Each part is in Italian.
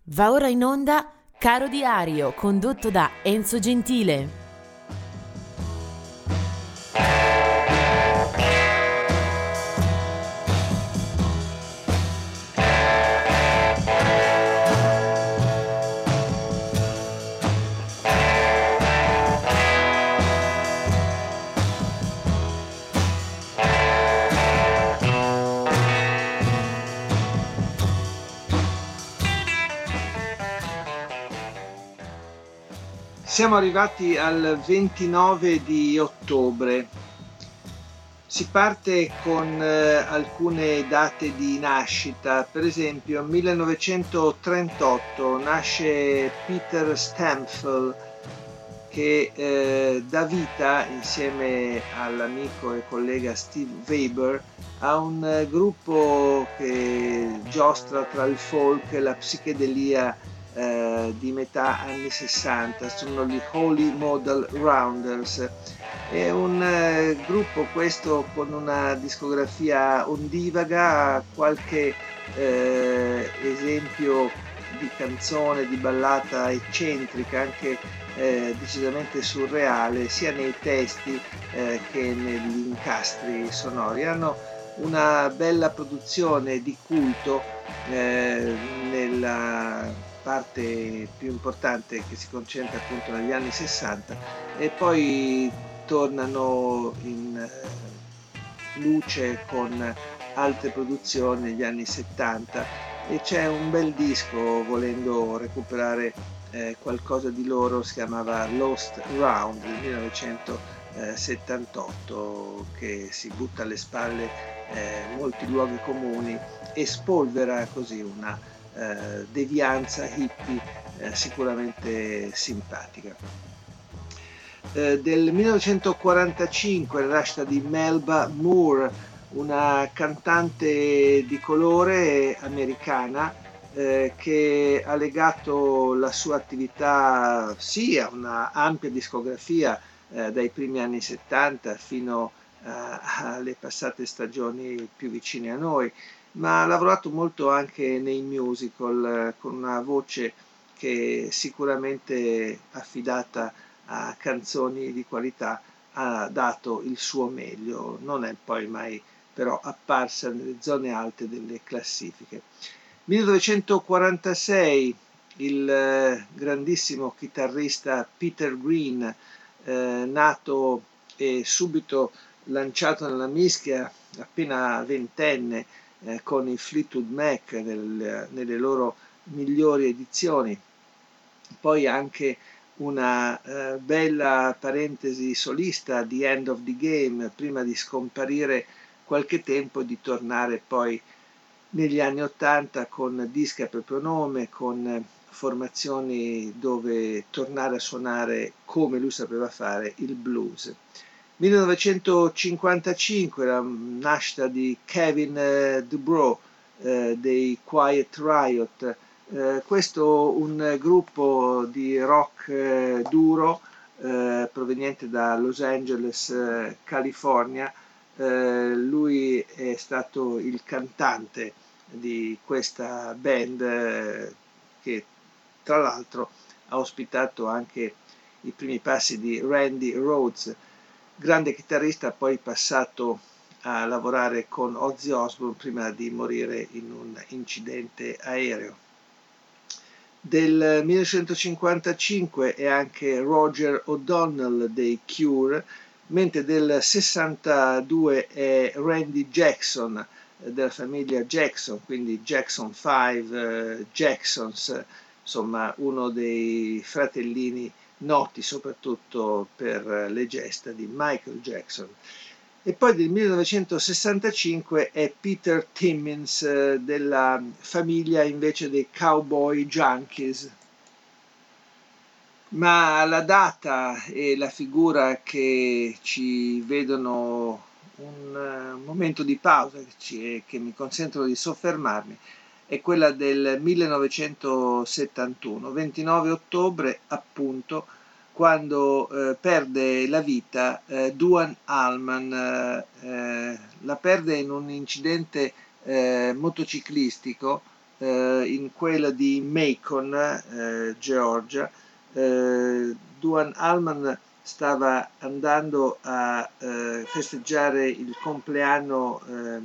Va ora in onda Caro Diario, condotto da Enzo Gentile. Siamo arrivati al 29 di ottobre. Si parte con alcune date di nascita. Per esempio, 1938 nasce Peter Stampfel, che dà vita, insieme all'amico e collega Steve Weber, a un gruppo che giostra tra il folk e la psichedelia di metà anni 60. Sono gli Holy Model Rounders. È un gruppo questo con una discografia ondivaga, qualche esempio di canzone, di ballata eccentrica, anche decisamente surreale, sia nei testi che negli incastri sonori. Hanno una bella produzione di culto nella parte più importante, che si concentra appunto negli anni 60, e poi tornano in luce con altre produzioni negli anni 70, e c'è un bel disco, volendo recuperare qualcosa di loro, si chiamava Lost Round del 1978, che si butta alle spalle molti luoghi comuni e spolvera così una devianza hippie sicuramente simpatica. Del 1945 la nascita di Melba Moore, una cantante di colore americana che ha legato la sua attività sì a una ampia discografia dai primi anni 70 fino alle passate stagioni più vicine a noi, ma ha lavorato molto anche nei musical con una voce che sicuramente affidata a canzoni di qualità ha dato il suo meglio, non è poi mai però apparsa nelle zone alte delle classifiche. 1946 il grandissimo chitarrista Peter Green, nato e subito lanciato nella mischia appena ventenne con i Fleetwood Mac nelle loro migliori edizioni, poi anche una bella parentesi solista di End of the Game prima di scomparire qualche tempo e di tornare poi negli anni 80 con dischi a proprio nome, con formazioni dove tornare a suonare come lui sapeva fare il blues. 1955 la nascita di Kevin DuBrow dei Quiet Riot, questo un gruppo di rock duro proveniente da Los Angeles, California. Lui è stato il cantante di questa band che tra l'altro ha ospitato anche i primi passi di Randy Rhoads, grande chitarrista poi passato a lavorare con Ozzy Osbourne prima di morire in un incidente aereo. Del 1955 è anche Roger O'Donnell dei Cure, mentre del 62 è Randy Jackson della famiglia Jackson, quindi Jackson 5, Jacksons, insomma uno dei fratellini noti soprattutto per le gesta di Michael Jackson. E poi del 1965 è Peter Timmins della famiglia invece dei Cowboy Junkies. Ma la data e la figura che ci vedono un momento di pausa che mi consentono di soffermarmi è quella del 1971, 29 ottobre appunto, quando perde la vita Duane Allman. La perde in un incidente motociclistico in quella di Macon, Georgia. Duane Allman stava andando a festeggiare il compleanno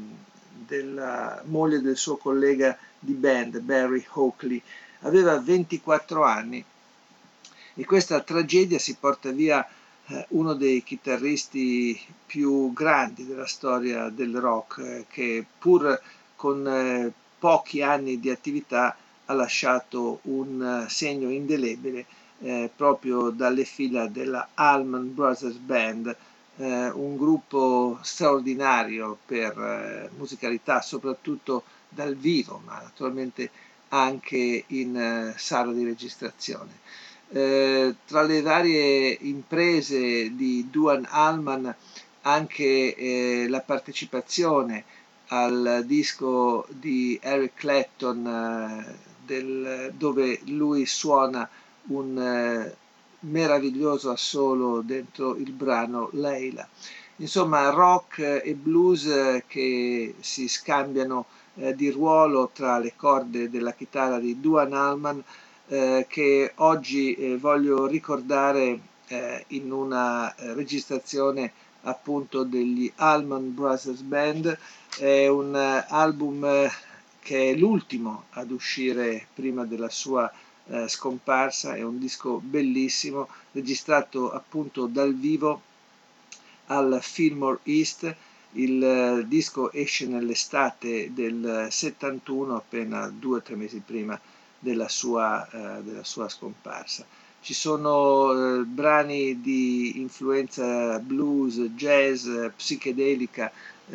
della moglie del suo collega di band, Barry Oakley. Aveva 24 anni e questa tragedia si porta via uno dei chitarristi più grandi della storia del rock, che pur con pochi anni di attività ha lasciato un segno indelebile proprio dalle fila della Allman Brothers Band, un gruppo straordinario per musicalità, soprattutto dal vivo, ma naturalmente anche in sala di registrazione. Tra le varie imprese di Duane Allman anche la partecipazione al disco di Eric Clapton dove lui suona un meraviglioso assolo dentro il brano Layla. Insomma, rock e blues che si scambiano di ruolo tra le corde della chitarra di Duane Allman, che oggi voglio ricordare in una registrazione appunto degli Allman Brothers Band. È un album che è l'ultimo ad uscire prima della sua scomparsa, è un disco bellissimo, registrato appunto dal vivo al Fillmore East. Il disco esce nell'estate del 71, appena 2 o 3 mesi prima della sua scomparsa. Ci sono brani di influenza blues, jazz, psichedelica,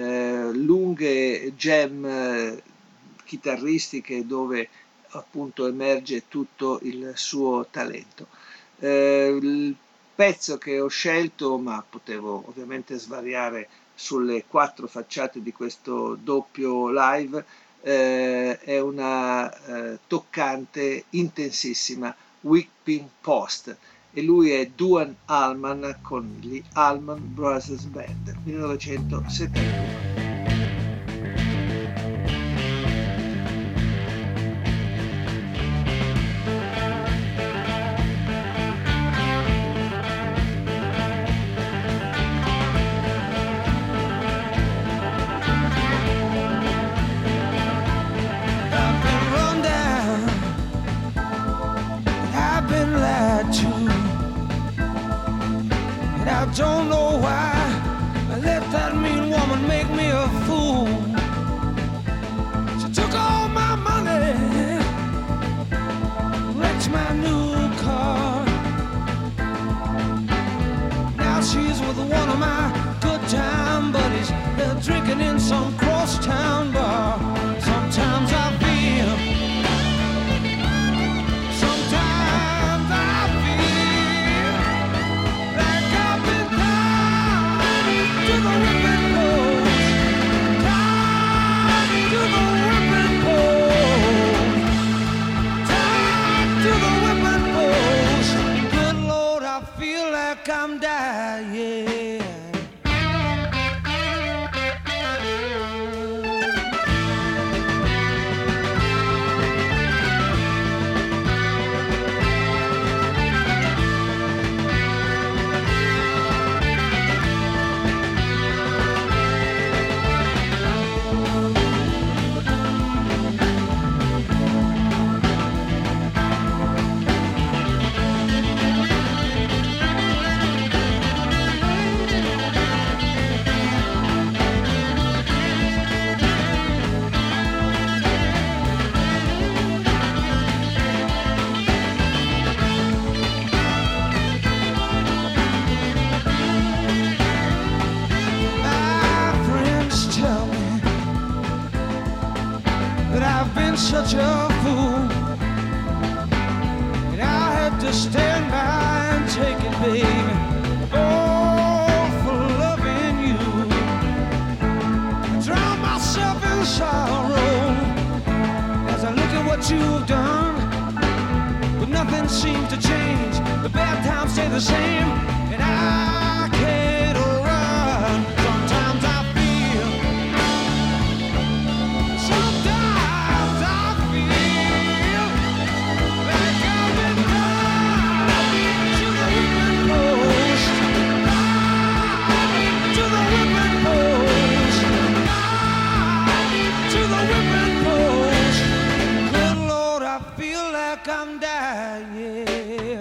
lunghe jam chitarristiche dove appunto emerge tutto il suo talento. Il pezzo che ho scelto, ma potevo ovviamente svariare sulle 4 facciate di questo doppio live, è una toccante, intensissima Whipping Post, e lui è Duane Allman con gli Allman Brothers Band, 1971. I don't know why I let that mean woman make me a fool. She took all my money, wrecked my new car. Now she's with one of my good time buddies. They're drinking in some crosstown bar. Sometimes I feel, sometimes I feel like I've been tied to the whipping post, tied to the whipping post, tied to the whipping post. Good Lord, I feel like I'm dying. Such a fool, and I had to stand by and take it, baby. Oh, for loving you, I drown myself in sorrow as I look at what you've done. But nothing seems to change. The bad times stay the same, and I can't run. Sometimes I feel, sometimes I feel feel like I'm dying.